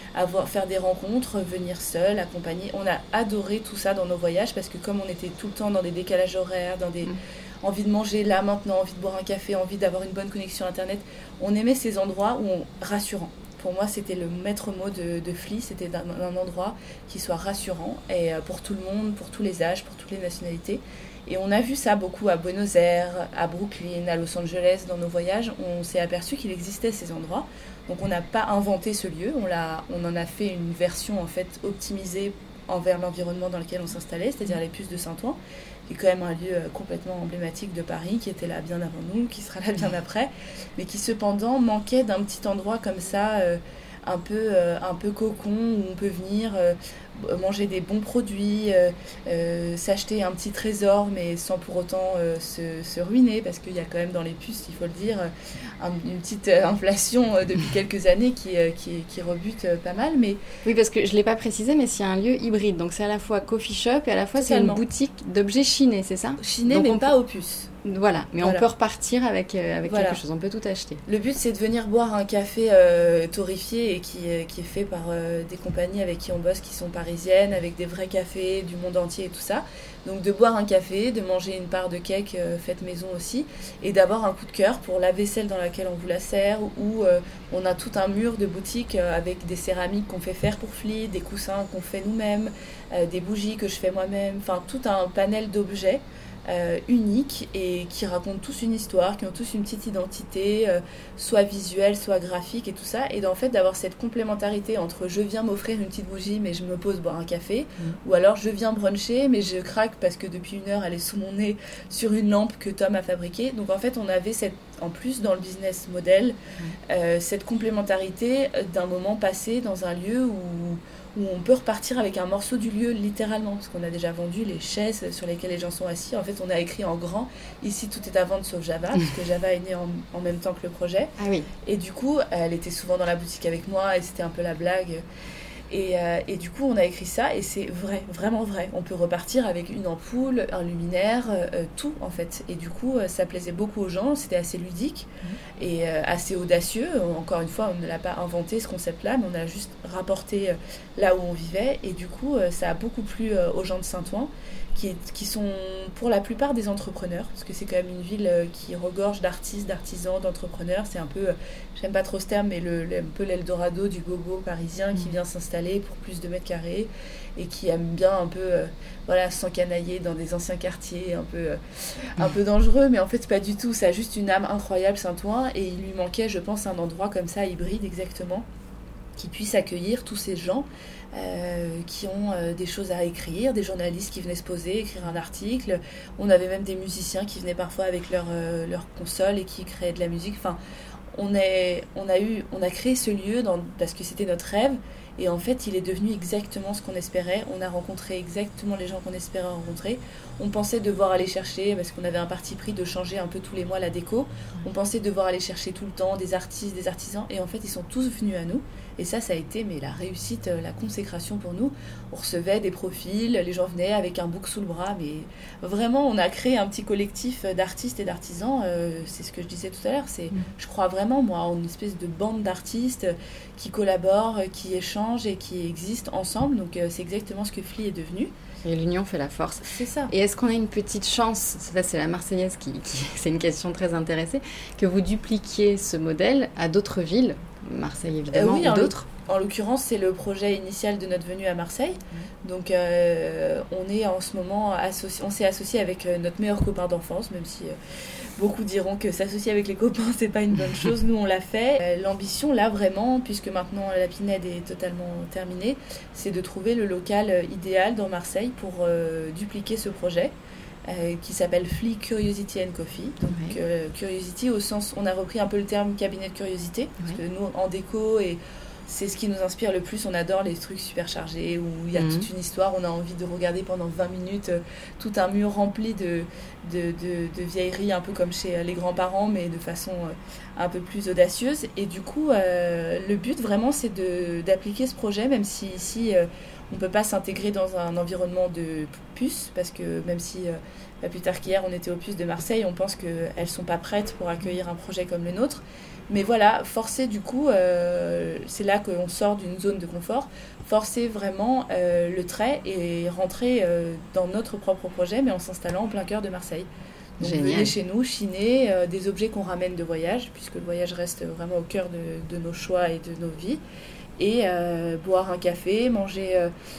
faire des rencontres, venir seul, accompagné. On a adoré tout ça dans nos voyages parce que comme on était tout le temps dans des décalages horaires, dans des envie de manger là maintenant, envie de boire un café, envie d'avoir une bonne connexion internet, on aimait ces endroits rassurants. Pour moi, c'était le maître mot de Fli, c'était un endroit qui soit rassurant et pour tout le monde, pour tous les âges, pour toutes les nationalités. Et on a vu ça beaucoup à Buenos Aires, à Brooklyn, à Los Angeles, dans nos voyages. On s'est aperçu qu'il existait ces endroits. Donc on n'a pas inventé ce lieu, on en a fait une version en fait optimisée envers l'environnement dans lequel on s'installait, c'est-à-dire les Puces de Saint-Ouen, qui est quand même un lieu complètement emblématique de Paris, qui était là bien avant nous, qui sera là bien après, mais qui cependant manquait d'un petit endroit comme ça, un peu cocon, où on peut venir manger des bons produits, s'acheter un petit trésor, mais sans pour autant se ruiner, parce qu'il y a quand même dans les Puces, il faut le dire, une petite inflation depuis quelques années qui rebute pas mal. Mais... Oui, parce que je ne l'ai pas précisé, mais c'est un lieu hybride, donc c'est à la fois coffee shop et à la fois c'est une boutique d'objets chinés, c'est ça ? Chinés, donc mais pas aux puces. Voilà, mais on peut repartir avec quelque chose, on peut tout acheter. Le but, c'est de venir boire un café torréfié et qui est fait par des compagnies avec qui on bosse, qui sont parisiennes, avec des vrais cafés du monde entier et tout ça. Donc de boire un café, de manger une part de cake faite maison aussi, et d'avoir un coup de cœur pour la vaisselle dans laquelle on vous la sert, où on a tout un mur de boutique avec des céramiques qu'on fait faire pour Fli, des coussins qu'on fait nous-mêmes, des bougies que je fais moi-même, enfin tout un panel d'objets uniques et qui racontent tous une histoire, qui ont tous une petite identité, soit visuelle, soit graphique et tout ça. Et en fait, d'avoir cette complémentarité entre je viens m'offrir une petite bougie mais je me pose boire un café, ou alors je viens bruncher mais je craque parce que depuis une heure elle est sous mon nez sur une lampe que Tom a fabriquée. Donc en fait, on avait en plus dans le business model cette complémentarité d'un moment passé dans un lieu où on peut repartir avec un morceau du lieu littéralement, parce qu'on a déjà vendu les chaises sur lesquelles les gens sont assis. En fait, on a écrit en grand, ici tout est à vendre sauf Java, parce que Java est né en même temps que le projet. Ah oui. Et du coup, elle était souvent dans la boutique avec moi et c'était un peu la blague. Et du coup, on a écrit ça et c'est vrai, vraiment vrai. On peut repartir avec une ampoule, un luminaire, tout en fait. Et du coup, ça plaisait beaucoup aux gens, c'était assez ludique et assez audacieux. Encore une fois, on ne l'a pas inventé ce concept-là, mais on a juste rapporté là où on vivait. Et du coup, ça a beaucoup plu aux gens de Saint-Ouen, qui sont pour la plupart des entrepreneurs, parce que c'est quand même une ville qui regorge d'artistes, d'artisans, d'entrepreneurs. C'est un peu, j'aime pas trop ce terme, mais un peu l'Eldorado du gogo parisien qui vient s'installer pour plus de mètres carrés et qui aime bien un peu s'encanailler dans des anciens quartiers un peu dangereux, mais en fait pas du tout. Ça a juste une âme incroyable, Saint-Ouen, et il lui manquait, je pense, un endroit comme ça, hybride exactement, qui puisse accueillir tous ces gens qui ont des choses à écrire, des journalistes qui venaient se poser, écrire un article. On avait même des musiciens qui venaient parfois avec leur console et qui créaient de la musique. Enfin, on a créé ce lieu parce que c'était notre rêve, et en fait il est devenu exactement ce qu'on espérait. On a rencontré exactement les gens qu'on espérait rencontrer. On pensait devoir aller chercher, parce qu'on avait un parti pris de changer un peu tous les mois la déco, on pensait devoir aller chercher tout le temps des artistes, des artisans, et en fait ils sont tous venus à nous. Et ça a été la réussite, la consécration pour nous. On recevait des profils, les gens venaient avec un book sous le bras, mais vraiment, on a créé un petit collectif d'artistes et d'artisans. C'est ce que je disais tout à l'heure. Je crois vraiment, moi, en une espèce de bande d'artistes qui collaborent, qui échangent et qui existent ensemble. Donc, c'est exactement ce que FLI est devenu. Et l'union fait la force. C'est ça. Et est-ce qu'on a une petite chance, ça c'est la Marseillaise qui c'est une question très intéressée, que vous dupliquiez ce modèle à d'autres villes, Marseille évidemment, oui, ou d'autres? En l'occurrence, c'est le projet initial de notre venue à Marseille. Donc, on est en ce moment on s'est associé avec notre meilleur copain d'enfance, même si beaucoup diront que s'associer avec les copains, c'est pas une bonne chose. Nous, on l'a fait. L'ambition, là, vraiment, puisque maintenant la Pinède est totalement terminée, c'est de trouver le local idéal dans Marseille pour dupliquer ce projet. Qui s'appelle FLI Curiosity and Coffee. Donc, Curiosity au sens, on a repris un peu le terme cabinet de curiosité, parce que nous, en déco, et c'est ce qui nous inspire le plus, on adore les trucs super chargés, où il y a toute une histoire, on a envie de regarder pendant 20 minutes tout un mur rempli de vieilleries, un peu comme chez les grands-parents, mais de façon un peu plus audacieuse. Et du coup, le but, vraiment, c'est d'appliquer ce projet, même si ici... on ne peut pas s'intégrer dans un environnement de puces, parce que même si, pas plus tard qu'hier, on était aux puces de Marseille, on pense qu'elles ne sont pas prêtes pour accueillir un projet comme le nôtre. Mais voilà, forcer du coup, c'est là qu'on sort d'une zone de confort, forcer vraiment le trait et rentrer dans notre propre projet, mais en s'installant en plein cœur de Marseille. Donc venez chez nous, chiner des objets qu'on ramène de voyage, puisque le voyage reste vraiment au cœur de nos choix et de nos vies. Et boire un café, manger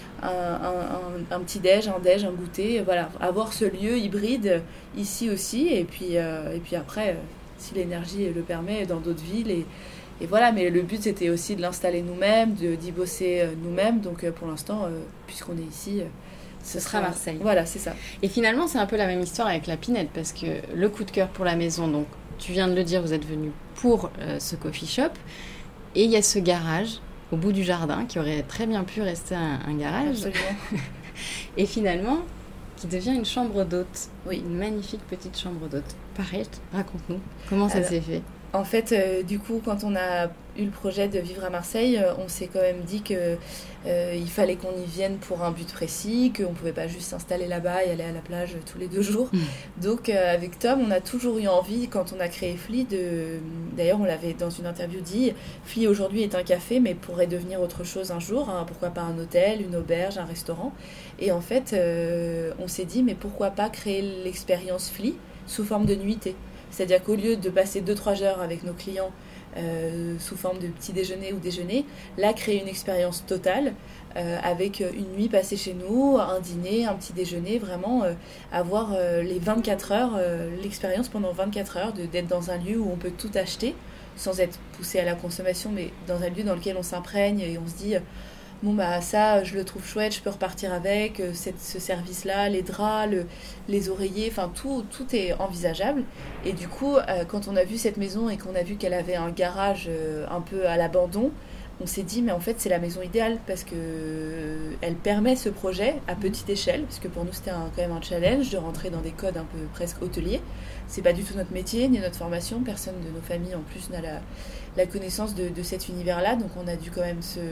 un petit déj, un goûter, voilà, avoir ce lieu hybride ici aussi, et puis après, si l'énergie le permet, dans d'autres villes, et voilà, mais le but c'était aussi de l'installer nous-mêmes, d'y bosser nous-mêmes, donc pour l'instant, puisqu'on est ici, ce sera Marseille. Voilà, c'est ça. Et finalement, c'est un peu la même histoire avec la Pinède, parce que le coup de cœur pour la maison, donc tu viens de le dire, vous êtes venu pour ce coffee shop, et il y a ce garage au bout du jardin, qui aurait très bien pu rester un garage. Absolument. Et finalement, qui devient une chambre d'hôte. Oui. Une magnifique petite chambre d'hôte. Pareil, raconte-nous, comment ça s'est fait? En fait, du coup, quand on a eu le projet de vivre à Marseille, on s'est quand même dit qu'il fallait qu'on y vienne pour un but précis, qu'on ne pouvait pas juste s'installer là-bas et aller à la plage tous les 2 jours. Donc, avec Tom, on a toujours eu envie, quand on a créé FLI, d'ailleurs, on l'avait dans une interview dit, FLI aujourd'hui est un café, mais pourrait devenir autre chose un jour. Hein, pourquoi pas un hôtel, une auberge, un restaurant. Et en fait, on s'est dit, mais pourquoi pas créer l'expérience FLI sous forme de nuitée. C'est-à-dire qu'au lieu de passer 2-3 heures avec nos clients sous forme de petit déjeuner ou déjeuner, là, créer une expérience totale avec une nuit passée chez nous, un dîner, un petit déjeuner, vraiment avoir les 24 heures, l'expérience pendant 24 heures, d'être dans un lieu où on peut tout acheter sans être poussé à la consommation, mais dans un lieu dans lequel on s'imprègne et on se dit... Bon bah ça je le trouve chouette, je peux repartir avec ce service-là, les draps, les oreillers, enfin tout est envisageable. Et du coup quand on a vu cette maison et qu'on a vu qu'elle avait un garage un peu à l'abandon, on s'est dit mais en fait c'est la maison idéale parce que elle permet ce projet à petite échelle, parce que pour nous c'était quand même un challenge de rentrer dans des codes un peu presque hôteliers. C'est pas du tout notre métier ni notre formation, personne de nos familles en plus n'a la connaissance de cet univers-là, donc on a dû quand même se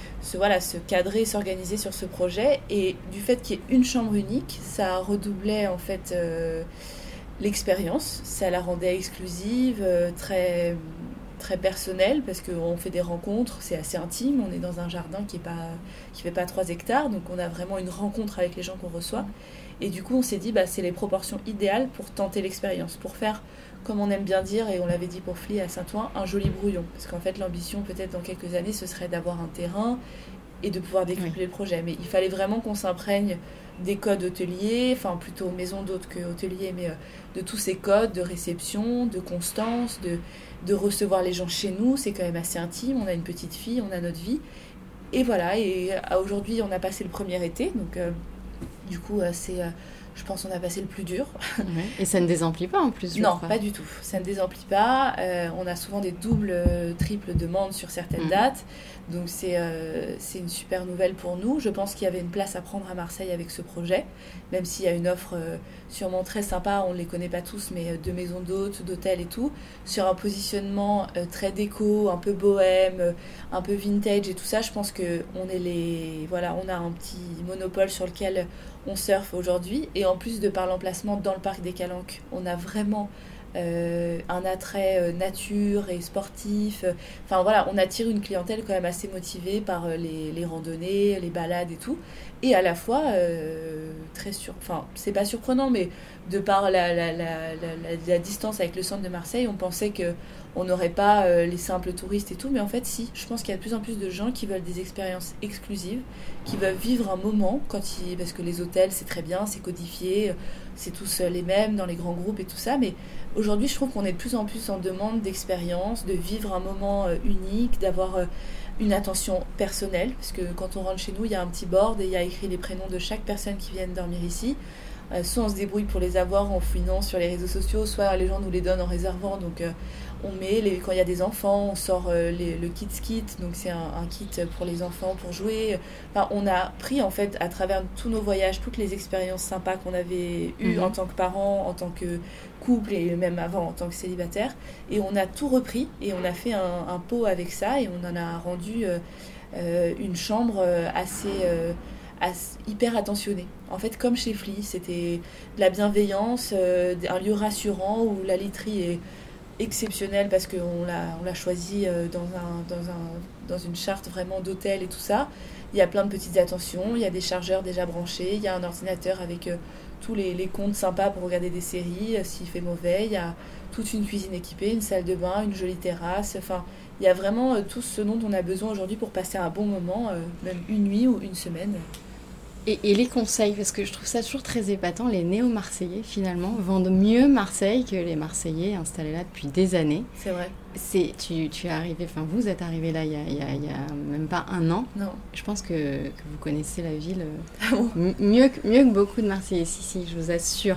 cadrer, s'organiser sur ce projet. Et du fait qu'il y ait une chambre unique, ça redoublait en fait l'expérience, ça la rendait exclusive, très, très personnelle, parce qu'on fait des rencontres, c'est assez intime, on est dans un jardin qui fait pas 3 hectares, donc on a vraiment une rencontre avec les gens qu'on reçoit. Et du coup on s'est dit c'est les proportions idéales pour tenter l'expérience, pour faire, comme on aime bien dire, et on l'avait dit pour FLI à Saint-Ouen, un joli brouillon. Parce qu'en fait, l'ambition, peut-être dans quelques années, ce serait d'avoir un terrain et de pouvoir décupler le projet. Mais il fallait vraiment qu'on s'imprègne des codes hôteliers, enfin plutôt maison d'hôte que hôtelier, mais de tous ces codes de réception, de constance, de recevoir les gens chez nous. C'est quand même assez intime, on a une petite fille, on a notre vie. Et voilà, et aujourd'hui, on a passé le premier été, donc du coup, c'est je pense qu'on a passé le plus dur. Ouais. Et ça ne désemplit pas en plus, Non, pas du tout. Ça ne désemplit pas. On a souvent des doubles, triples demandes sur certaines dates. Donc c'est une super nouvelle pour nous. Je pense qu'il y avait une place à prendre à Marseille avec ce projet, même s'il y a une offre sûrement très sympa, on ne les connaît pas tous, mais de maisons d'hôtes, d'hôtels et tout, sur un positionnement très déco, un peu bohème, un peu vintage et tout ça. Je pense qu'on est on a un petit monopole sur lequel on surfe aujourd'hui. Et en plus de par l'emplacement dans le parc des Calanques, on a vraiment un attrait nature et sportif. Enfin voilà, on attire une clientèle quand même assez motivée par les randonnées, les balades et tout. Et à la fois, enfin c'est pas surprenant, mais de par la distance avec le centre de Marseille, on pensait qu'on n'aurait pas les simples touristes et tout, mais en fait si, je pense qu'il y a de plus en plus de gens qui veulent des expériences exclusives, qui veulent vivre un moment, parce que les hôtels c'est très bien, c'est codifié, c'est tous les mêmes dans les grands groupes et tout ça, mais aujourd'hui je trouve qu'on est de plus en plus en demande d'expérience, de vivre un moment unique, d'avoir une attention personnelle, parce que quand on rentre chez nous, il y a un petit board et il y a écrit les prénoms de chaque personne qui vient dormir ici. Soit on se débrouille pour les avoir en fouinant sur les réseaux sociaux, soit les gens nous les donnent en réservant. Donc on met, quand il y a des enfants, on sort le Kids Kit, donc c'est un kit pour les enfants pour jouer. Enfin, on a pris en fait à travers tous nos voyages, toutes les expériences sympas qu'on avait eues en tant que parents, en tant que couple et même avant en tant que célibataire. Et on a tout repris et on a fait un pot avec ça et on en a rendu une chambre assez hyper attentionnée. En fait, comme chez Flea, c'était de la bienveillance, un lieu rassurant où la literie est exceptionnelle parce qu'on l'a choisi dans une charte vraiment d'hôtel et tout ça. Il y a plein de petites attentions, il y a des chargeurs déjà branchés, il y a un ordinateur avec tous les comptes sympas pour regarder des séries s'il fait mauvais, il y a toute une cuisine équipée, une salle de bain, une jolie terrasse, enfin il y a vraiment tout ce dont on a besoin aujourd'hui pour passer un bon moment, même une nuit ou une semaine. Et les conseils, parce que je trouve ça toujours très épatant, les néo-marseillais finalement vendent mieux Marseille que les Marseillais installés là depuis des années. C'est vrai. Tu es arrivé, enfin vous êtes arrivé là il y a même pas un an. Non. Je pense que vous connaissez la ville mieux que beaucoup de Marseillais. Si, je vous assure.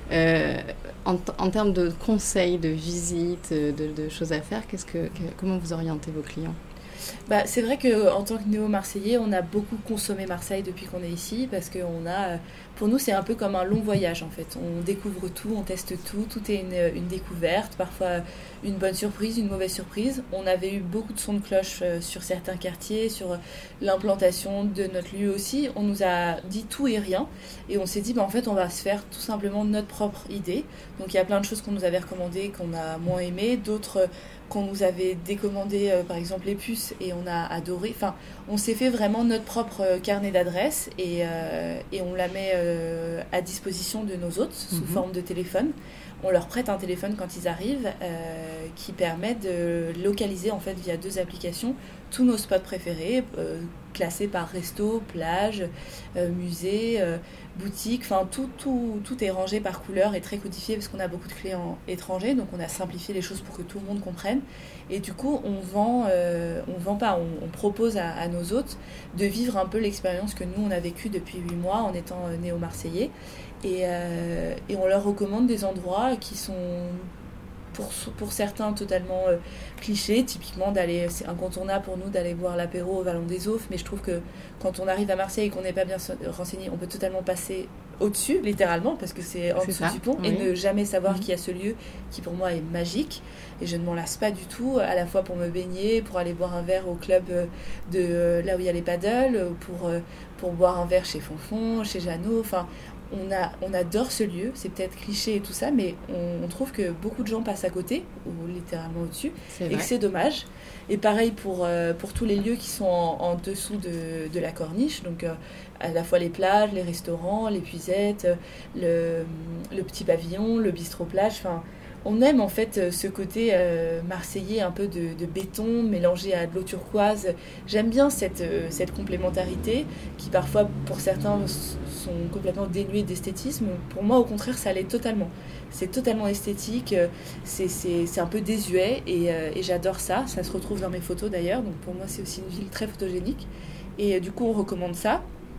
En termes de conseils, de visites, de choses à faire, comment vous orientez vos clients ? C'est vrai qu'en tant que néo-marseillais, on a beaucoup consommé Marseille depuis qu'on est ici parce que pour nous, c'est un peu comme un long voyage en fait. On découvre tout, on teste tout est une découverte, parfois une bonne surprise, une mauvaise surprise. On avait eu beaucoup de sons de cloche sur certains quartiers, sur l'implantation de notre lieu aussi. On nous a dit tout et rien et on s'est dit en fait on va se faire tout simplement notre propre idée. Donc il y a plein de choses qu'on nous avait recommandées, qu'on a moins aimées, d'autres qu'on nous avait décommandé, par exemple les puces, et on a adoré. Enfin, on s'est fait vraiment notre propre carnet d'adresses et on la met à disposition de nos hôtes sous forme de téléphone. On leur prête un téléphone quand ils arrivent qui permet de localiser en fait via 2 applications tous nos spots préférés, classés par resto, plage, musée, boutique, enfin tout est rangé par couleur et très codifié parce qu'on a beaucoup de clients étrangers, donc on a simplifié les choses pour que tout le monde comprenne. Et du coup, on propose à nos hôtes de vivre un peu l'expérience que nous on a vécue depuis 8 mois en étant néo-marseillais. Et on leur recommande des endroits qui sont pour certains totalement clichés, typiquement c'est incontournable pour nous d'aller boire l'apéro au Vallon des Aufs, mais je trouve que quand on arrive à Marseille et qu'on n'est pas bien renseigné, on peut totalement passer au-dessus, littéralement, parce que c'est en dessous du pont, oui. Et ne jamais savoir qu'il y a ce lieu qui pour moi est magique, et je ne m'en lasse pas du tout, à la fois pour me baigner, pour aller boire un verre au club là où il y a les paddles, pour boire un verre chez Fonfon, chez Jeannot, enfin on adore ce lieu, c'est peut-être cliché et tout ça, mais on trouve que beaucoup de gens passent à côté, ou littéralement au-dessus, et que c'est dommage. Et pareil pour tous les lieux qui sont en dessous de la corniche, donc à la fois les plages, les restaurants, les puisettes, le petit pavillon, le bistrot plage, enfin on aime en fait ce côté marseillais un peu de béton mélangé à de l'eau turquoise. J'aime bien cette complémentarité qui parfois pour certains sont complètement dénués d'esthétisme. Pour moi au contraire ça l'est totalement. C'est totalement esthétique, c'est un peu désuet et j'adore ça. Ça se retrouve dans mes photos d'ailleurs, donc pour moi c'est aussi une ville très photogénique. Et du coup on recommande ça.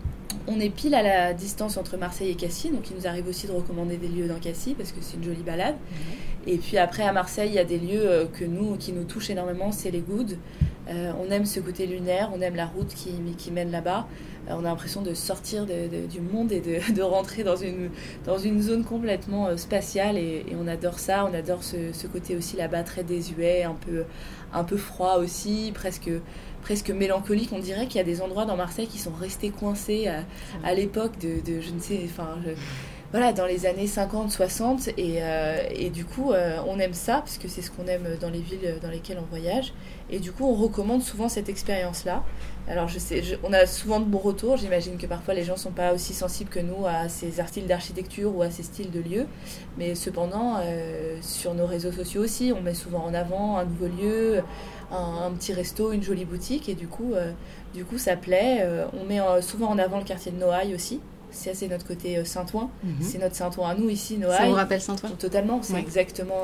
On est pile à la distance entre Marseille et Cassis, donc il nous arrive aussi de recommander des lieux dans Cassis parce que c'est une jolie balade. Et puis après à Marseille, il y a des lieux qui nous touchent énormément, c'est les Goudes. On aime ce côté lunaire, on aime la route qui mène là-bas. On a l'impression de sortir du monde et de rentrer dans une zone complètement spatiale et on adore ça. On adore ce côté aussi là-bas très désuet, un peu froid aussi, presque mélancolique. On dirait qu'il y a des endroits dans Marseille qui sont restés coincés à l'époque de je ne sais, voilà, dans les années 50, 60 et du coup on aime ça parce que c'est ce qu'on aime dans les villes dans lesquelles on voyage et du coup on recommande souvent cette expérience-là. Alors on a souvent de bons retours, j'imagine que parfois les gens ne sont pas aussi sensibles que nous à ces styles d'architecture ou à ces styles de lieux, mais cependant sur nos réseaux sociaux aussi on met souvent en avant un nouveau lieu, un petit resto, une jolie boutique et du coup ça plaît. On met souvent en avant le quartier de Noailles aussi. Ça, c'est notre côté Saint-Ouen. C'est notre Saint-Ouen à nous ici, Noailles. Ça vous rappelle Saint-Ouen ? Totalement. C'est exactement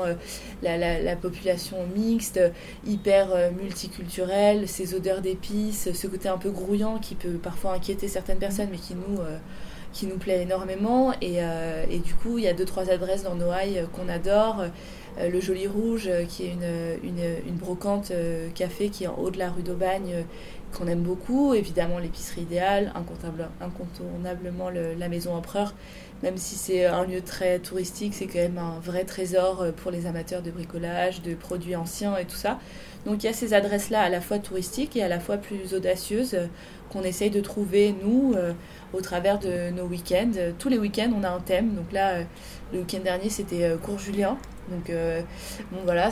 la population mixte, hyper multiculturelle, ces odeurs d'épices, ce côté un peu grouillant qui peut parfois inquiéter certaines personnes, mais qui nous plaît énormément. Et du coup, il y a 2-3 adresses dans Noailles qu'on adore. Le Joli Rouge, qui est une brocante café qui est en haut de la rue d'Aubagne, qu'on aime beaucoup. Évidemment, l'épicerie idéale, incontournablement la Maison Empereur. Même si c'est un lieu très touristique, c'est quand même un vrai trésor pour les amateurs de bricolage, de produits anciens et tout ça. Donc il y a ces adresses-là à la fois touristiques et à la fois plus audacieuses qu'on essaye de trouver, nous, au travers de nos week-ends. Tous les week-ends, on a un thème. Donc là, le week-end dernier, c'était Cours Julien. Donc bon, voilà,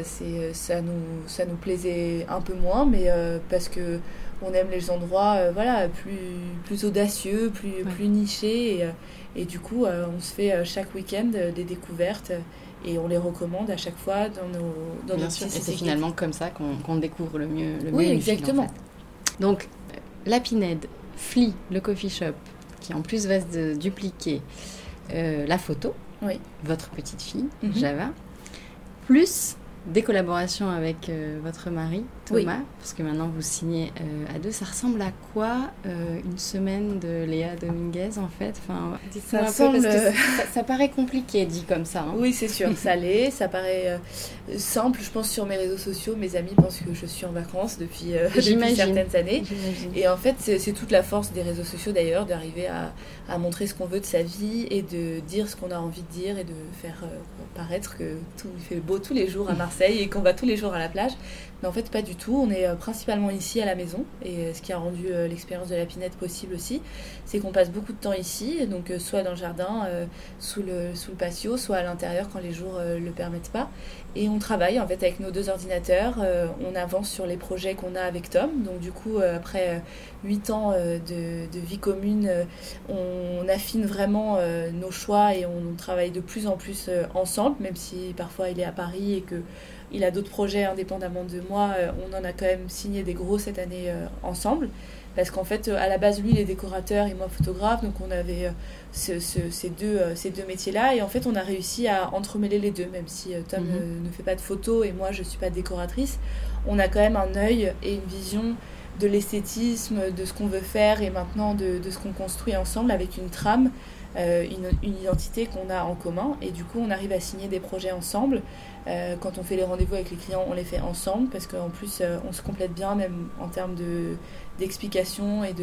ça nous plaisait un peu moins, mais parce que on aime les endroits voilà, plus audacieux, plus nichés. Et du coup, on se fait chaque week-end des découvertes et on les recommande à chaque fois dans nos petits. Et c'est finalement comme ça qu'on découvre le mieux. Oui, exactement. Fil, en fait. Donc, la Pinède, Fli, le coffee shop, qui en plus va se dupliquer la photo, votre petite fille, Java, plus des collaborations avec votre mari, Thomas, parce que maintenant vous signez à deux. Ça ressemble à quoi une semaine de Léa Dominguez, en fait? Enfin, dites-moi un peu, parce que ça paraît compliqué, dit comme ça. Hein. Oui, c'est sûr, ça l'est. Ça paraît simple. Je pense sur mes réseaux sociaux, mes amis pensent que je suis en vacances depuis certaines années. J'imagine. Et en fait, c'est toute la force des réseaux sociaux, d'ailleurs, d'arriver à montrer ce qu'on veut de sa vie et de dire ce qu'on a envie de dire et de faire paraître que tout fait beau tous les jours à Marseille et qu'on va tous les jours à la plage. Mais en fait, pas du tout. On est principalement ici à la maison. Et ce qui a rendu l'expérience de la Pinède possible aussi, c'est qu'on passe beaucoup de temps ici. Donc, soit dans le jardin, sous le patio, soit à l'intérieur quand les jours le permettent pas. Et on travaille en fait avec nos 2 ordinateurs. On avance sur les projets qu'on a avec Tom. Donc, du coup, après 8 ans de vie commune, on affine vraiment nos choix et on travaille de plus en plus ensemble, même si parfois il est à Paris et que il a d'autres projets indépendamment de moi. On en a quand même signé des gros cette année ensemble. Parce qu'en fait, à la base, lui, il est décorateur et moi, photographe. Donc, on avait ces deux métiers-là. Et en fait, on a réussi à entremêler les deux. Même si Tom ne fait pas de photos et moi, je ne suis pas décoratrice. On a quand même un œil et une vision de l'esthétisme, de ce qu'on veut faire et maintenant de ce qu'on construit ensemble avec une trame, une identité qu'on a en commun. Et du coup, on arrive à signer des projets ensemble. Quand on fait les rendez-vous avec les clients, on les fait ensemble parce qu'en plus, on se complète bien, même en termes d'explications et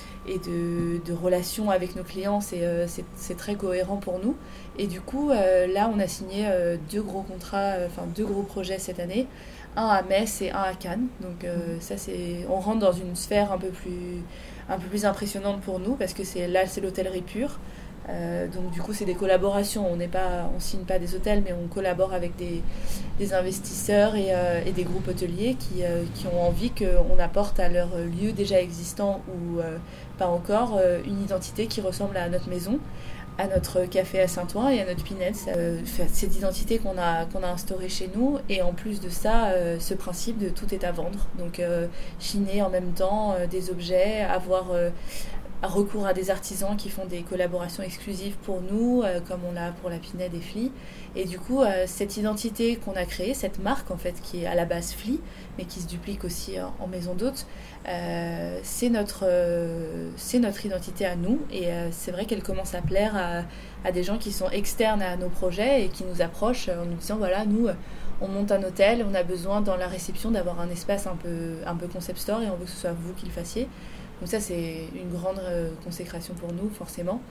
de relations avec nos clients. C'est très cohérent pour nous. Et du coup, là, on a signé 2 gros contrats, 2 gros projets cette année. Un à Metz et un à Cannes. Donc ça, on rentre dans une sphère un peu plus impressionnante pour nous parce que c'est l'hôtellerie pure. Donc du coup c'est des collaborations, on signe pas des hôtels mais on collabore avec des investisseurs et des groupes hôteliers qui ont envie qu'on apporte à leur lieu déjà existant ou pas encore une identité qui ressemble à notre maison, à notre café à Saint-Ouen et à notre Pinède. Cette identité qu'on a instaurée chez nous et en plus de ça ce principe de tout est à vendre, donc chiner en même temps des objets, avoir recours à des artisans qui font des collaborations exclusives pour nous, comme on l'a pour la Pinède et Fli. Et du coup, cette identité qu'on a créée, cette marque en fait, qui est à la base Fli, mais qui se duplique aussi en maison d'hôtes, c'est notre identité à nous. Et c'est vrai qu'elle commence à plaire à des gens qui sont externes à nos projets et qui nous approchent en nous disant voilà, nous, on monte un hôtel, on a besoin dans la réception d'avoir un espace un peu concept store et on veut que ce soit vous qui le fassiez. Donc ça, c'est une grande consécration pour nous, forcément.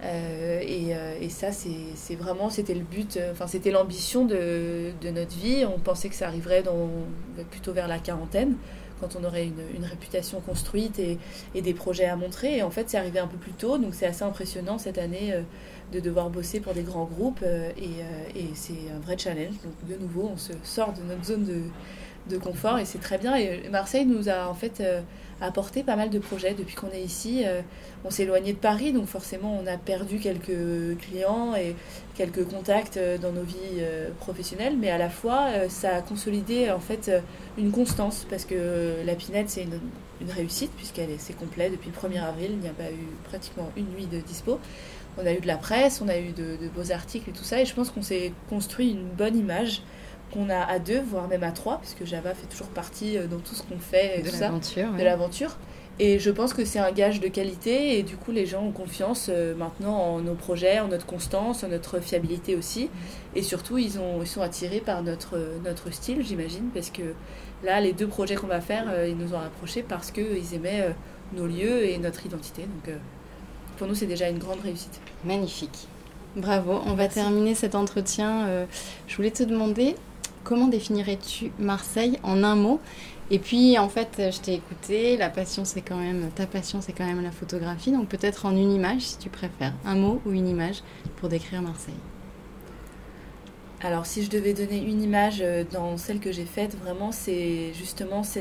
Et ça, c'est vraiment, c'était le but, c'était l'ambition de notre vie. On pensait que ça arriverait plutôt vers la quarantaine, quand on aurait une réputation construite et des projets à montrer. Et en fait, c'est arrivé un peu plus tôt, donc c'est assez impressionnant cette année de devoir bosser pour des grands groupes. Et c'est un vrai challenge. Donc de nouveau, on se sort de notre zone de confort et c'est très bien. Et Marseille nous a en fait apporté pas mal de projets depuis qu'on est ici. On s'est éloigné de Paris, donc forcément on a perdu quelques clients et quelques contacts dans nos vies professionnelles, mais à la fois ça a consolidé en fait une constance, parce que la Pinède c'est une réussite c'est complet depuis le 1er avril, il n'y a pas eu pratiquement une nuit de dispo. On a eu de la presse, on a eu de beaux articles et tout ça, et je pense qu'on s'est construit une bonne image qu'on a à 2, voire même à 3, puisque Java fait toujours partie dans tout ce qu'on fait, de l'aventure. Et je pense que c'est un gage de qualité, et du coup les gens ont confiance maintenant en nos projets, en notre constance, en notre fiabilité aussi. Et surtout ils sont attirés par notre style, j'imagine, parce que là les 2 projets qu'on va faire, ils nous ont approchés parce qu'ils aimaient nos lieux et notre identité. Donc pour nous c'est déjà une grande réussite. Magnifique. Bravo. On va terminer cet entretien. Je voulais te demander, comment définirais-tu Marseille en un mot ? Et puis, en fait, je t'ai écouté, ta passion, c'est quand même la photographie. Donc, peut-être en une image, si tu préfères. Un mot ou une image pour décrire Marseille. Alors, si je devais donner une image dans celle que j'ai faite, vraiment, c'est justement ce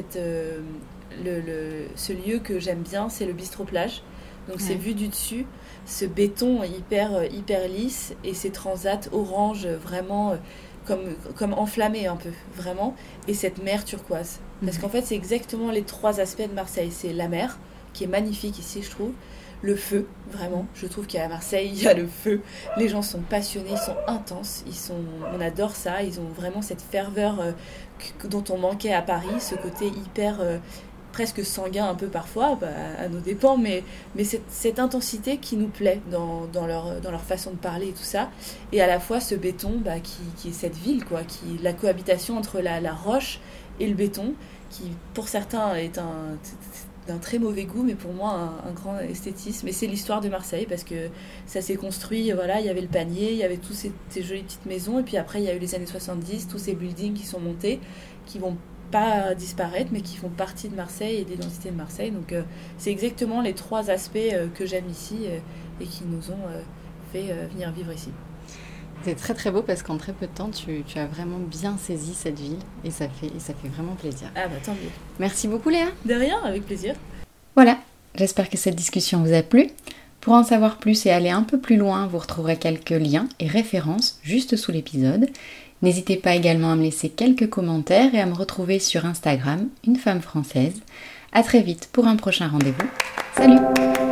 lieu que j'aime bien, c'est le bistrot plage. Donc, c'est vu du dessus, ce béton hyper lisse et ces transats orange vraiment... comme enflammé un peu, vraiment, et cette mer turquoise. Parce qu'en fait, c'est exactement les 3 aspects de Marseille. C'est la mer, qui est magnifique ici, je trouve. Le feu, vraiment. Je trouve qu'à Marseille, il y a le feu. Les gens sont passionnés, ils sont intenses. On adore ça. Ils ont vraiment cette ferveur dont on manquait à Paris, ce côté hyper... presque sanguin un peu parfois, à nos dépens, mais cette intensité qui nous plaît dans leur façon de parler et tout ça, et à la fois ce béton qui est cette ville, quoi, la cohabitation entre la roche et le béton, qui pour certains est d'un très mauvais goût, mais pour moi un grand esthétisme. Et c'est l'histoire de Marseille, parce que ça s'est construit, voilà, il y avait le panier, il y avait toutes ces jolies petites maisons, et puis après il y a eu les années 70, tous ces buildings qui sont montés, qui vont pas disparaître, mais qui font partie de Marseille et de l'identité de Marseille. Donc c'est exactement les 3 aspects que j'aime ici et qui nous ont fait venir vivre ici. C'est très très beau, parce qu'en très peu de temps tu as vraiment bien saisi cette ville, et ça fait vraiment plaisir. Ah bah tant mieux. Merci beaucoup Léa. De rien, avec plaisir. Voilà, j'espère que cette discussion vous a plu. Pour en savoir plus et aller un peu plus loin, vous retrouverez quelques liens et références juste sous l'épisode. N'hésitez pas également à me laisser quelques commentaires et à me retrouver sur Instagram, Une Femme Française. À très vite pour un prochain rendez-vous. Salut!